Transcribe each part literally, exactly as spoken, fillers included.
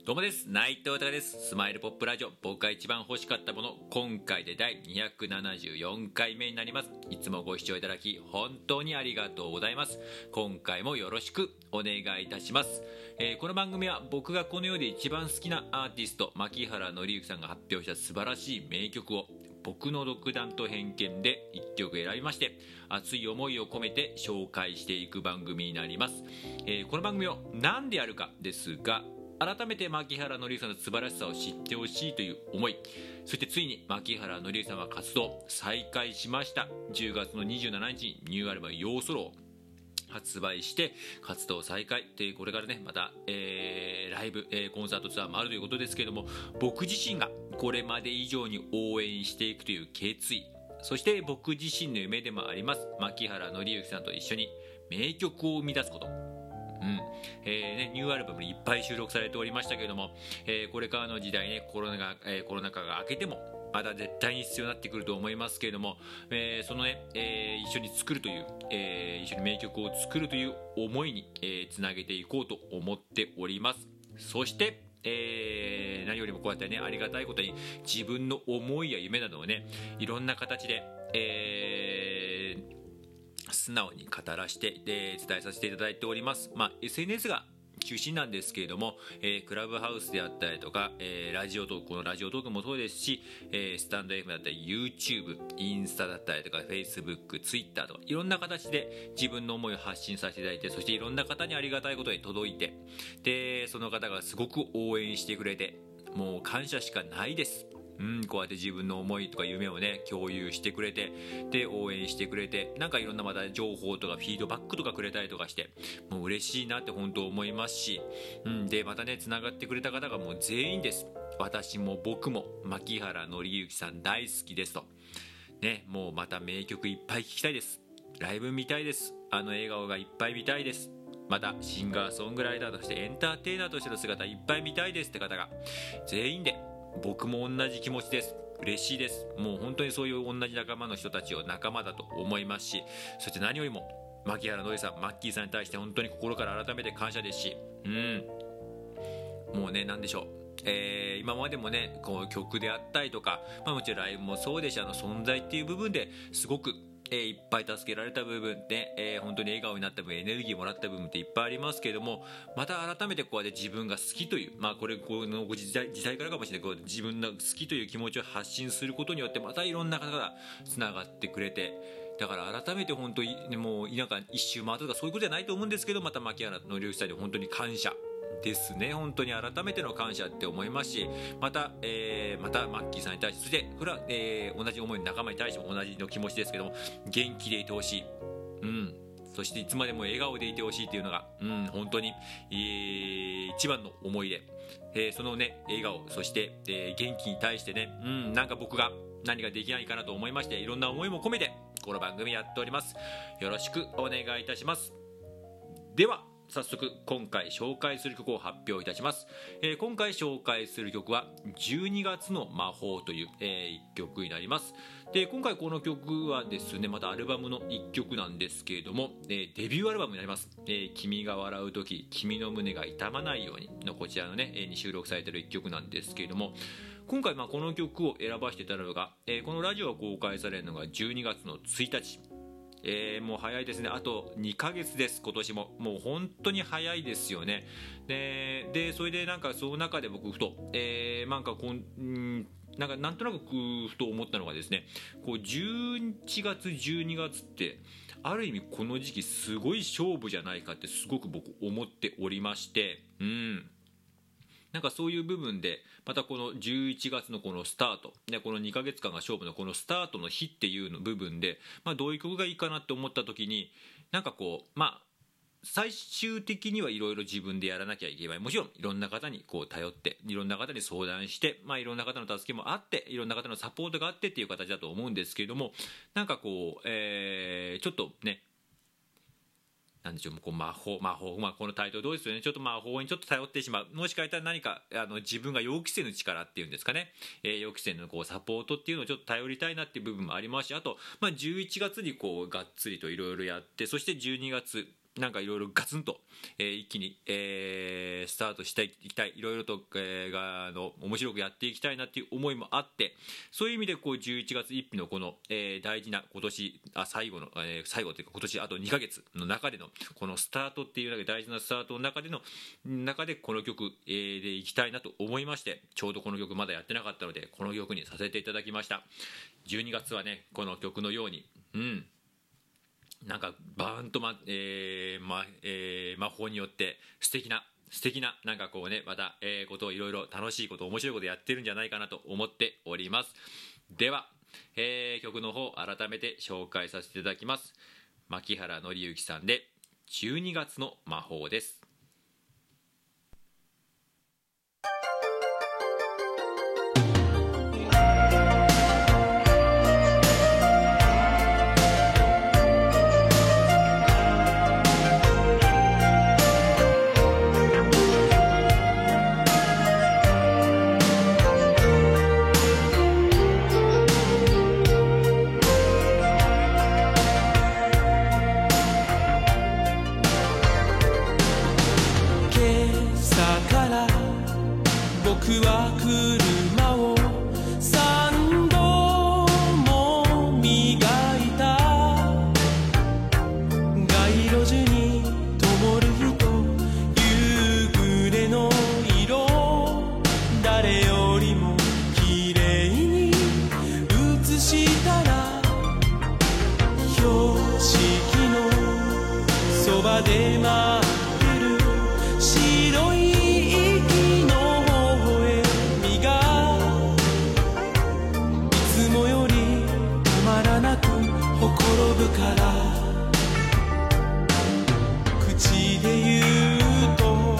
どうもです。内藤隆です。スマイルポップラジオ、僕が一番欲しかったもの、今回でだいにひゃくななじゅうよんかいめになります。いつもご視聴いただき本当にありがとうございます。今回もよろしくお願いいたします。えー、この番組は僕がこの世で一番好きなアーティスト牧原紀之さんが発表した素晴らしい名曲を僕の独断と偏見でいっきょく選びまして、熱い思いを込めて紹介していく番組になります。えー、この番組を何でやるかですが、改めて牧原紀之さんの素晴らしさを知ってほしいという思い、そしてついに牧原紀之さんは活動再開しました。じゅうがつのにじゅうしちにちにニューアルバム「ヨーソロ」を発売して活動再開で、これからねまた、えー、ライブ、えー、コンサートツアーもあるということですけれども、僕自身がこれまで以上に応援していくという決意、そして僕自身の夢でもあります牧原紀之さんと一緒に名曲を生み出すこと、うんえーね、ニューアルバムにいっぱい収録されておりましたけれども、えー、これからの時代ねコロナが、えー、コロナ禍が明けてもまだ絶対に必要になってくると思いますけれども、えー、そのね、えー、一緒に作るという、えー、一緒に名曲を作るという思いに、えー、つなげていこうと思っております。そしてえー、何よりもこうやってねありがたいことに自分の思いや夢などをねいろんな形で、えー素直に語らせてで伝えさせていただいております。まあ、エスエヌエス が中心なんですけれども、えー、クラブハウスであったりとか、えー、ラジオトーク、このラジオトークもそうですし、えー、スタンド エフエム だったり YouTube、インスタだったりとか Facebook、Twitter とかいろんな形で自分の思いを発信させていただいて、そしていろんな方にありがたいことに届いて、でその方がすごく応援してくれて、もう感謝しかないです。うん、こうやって自分の思いとか夢をね共有してくれて、で応援してくれて、なんかいろんなまた情報とかフィードバックとかくれたりとかして、もう嬉しいなって本当思いますし、うん、でまたねつながってくれた方がもう全員です。私も僕も牧原紀之さん大好きですとね、もうまた名曲いっぱい聴きたいです。ライブ見たいです。あの笑顔がいっぱい見たいです。またシンガーソングライターとしてエンターテイナーとしての姿いっぱい見たいですって方が全員で、僕も同じ気持ちです。嬉しいです。もう本当にそういう同じ仲間の人たちを仲間だと思いますし、そして何よりも牧原紀之さん、マッキーさんに対して本当に心から改めて感謝ですし、うんもうね何でしょう、えー、今までもねこう曲であったりとか、まあ、もちろんライブもそうですし、あの存在っていう部分ですごくえー、いっぱい助けられた部分で、えー、本当に笑顔になった部分、エネルギーもらった部分っていっぱいありますけれども、また改めてこうやって自分が好きという、まあこれこの時代時代からかもしれない、こう自分の好きという気持ちを発信することによってまたいろんな方がつながってくれて、だから改めて本当にもうなんか一周回ったとかそういうことじゃないと思うんですけど、また牧原紀之さんに本当に感謝ですね。本当に改めての感謝って思いますし、また、えー、またマッキーさんに対して、そしてふら、えー、同じ思いの仲間に対しても同じの気持ちですけども、元気でいてほしい、うん、そしていつまでも笑顔でいてほしいっていうのが、うん、本当に、えー、一番の思いで、えー、そのね笑顔、そして、えー、元気に対してね、うん、なんか僕が何ができないかなと思いまして、いろんな思いも込めてこの番組やっております。よろしくお願いいたします。では早速今回紹介する曲を発表いたします。えー、今回紹介する曲はじゅうにがつの魔法という、えー、いっきょくになります。で今回この曲はですねまたアルバムのいっきょくなんですけれども、えー、デビューアルバムになります。えー、君が笑う時君の胸が痛まないようにのこちらのね、えー、に収録されているいっきょくなんですけれども、今回まあこの曲を選ばせていただくのが、えー、このラジオが公開されるのがじゅうにがつのついたち、えー、もう早いですね。あとにかげつです。今年ももう本当に早いですよね。ででそれでなんかその中で僕ふと、えー、なんかこんなんかなんとなくふと思ったのがですね、こうじゅういちがつじゅうにがつってある意味この時期すごい勝負じゃないかってすごく僕思っておりまして、うんなんかそういう部分でまたこのじゅういちがつのこのスタート、ね、このにかげつかんが勝負のこのスタートの日っていうの部分で、まあ、どういう曲がいいかなって思った時に、なんかこうまあ最終的にはいろいろ自分でやらなきゃいけない、もちろんいろんな方にこう頼っていろんな方に相談して、まあ、いろんな方の助けもあっていろんな方のサポートがあってっていう形だと思うんですけれども、なんかこう、えー、ちょっとねなんでしょう、こう魔法魔法、まあ、このタイトルどうですよね、ちょっと魔法にちょっと頼ってしまう、もしかしたら何かあの自分が予期せぬ力っていうんですかね、えー、予期せぬこうサポートっていうのをちょっと頼りたいなっていう部分もありますし、あと、まあ、じゅういちがつにこうがっつりといろいろやって、そしてじゅうにがつなんかいろいろガツンと、えー、一気に、えー、スタートしていきたい、いろいろと、えー、があの面白くやっていきたいなっていう思いもあって、そういう意味でこうじゅういちがつついたちのこの、えー、大事な今年あ最後の、えー、最後というか今年あとにかげつの中でのこのスタートっていう大事なスタートの中での中でこの曲、えー、でいきたいなと思いまして、ちょうどこの曲まだやってなかったのでこの曲にさせていただきました。じゅうにがつはねこの曲のようにうんなんかバーンと、まえーまえー、魔法によって素敵な素敵ななんかこうねまた、えー、ことをいろいろ楽しいこと面白いことやってるんじゃないかなと思っております。では、えー、曲の方改めて紹介させていただきます。牧原紀之さんでじゅうにがつの魔法です。 僕は車を三度も磨いた。街路樹に灯る人、夕暮れの色、誰よりも綺麗に映したら、標識のそばで待ってる白いほころぶから、口で言うと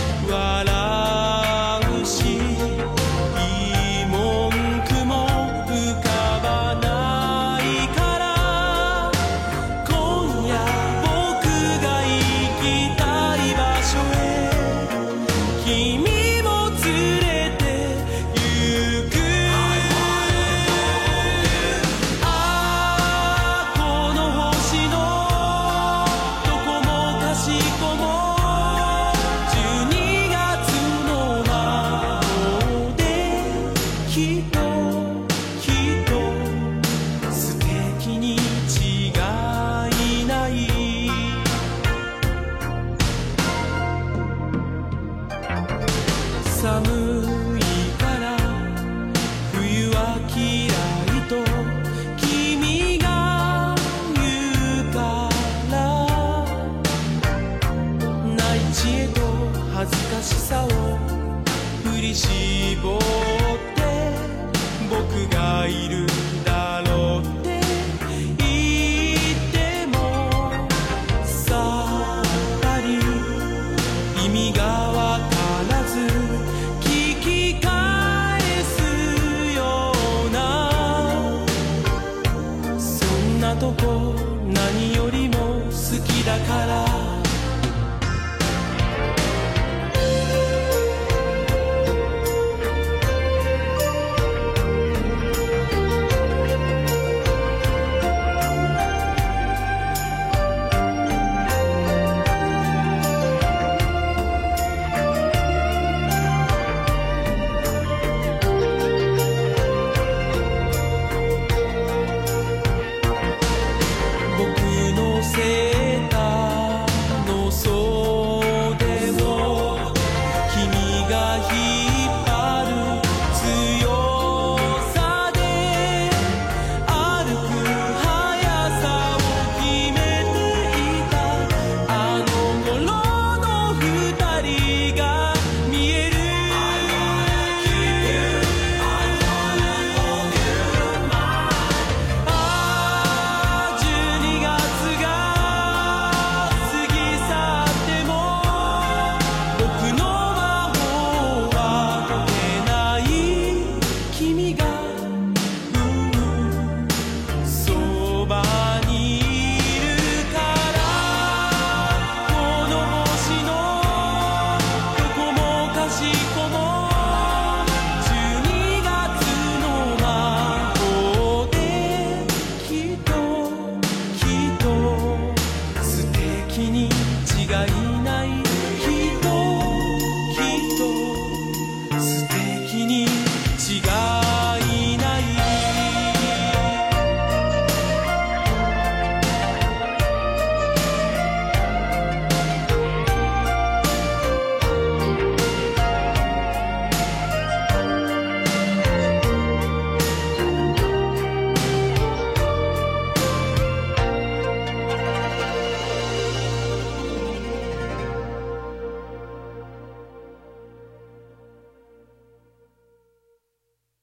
笑うし、いい文句も浮かばないから、今夜僕が行きたい場所へ君も連れて行く。寒いから冬は嫌いと君が言うから、ない知恵と恥ずかしさを振り絞って僕がいるだろうって言っても、さっぱり意味がわからず聞き返すような、そんなとこ何よりも好きだから。にがい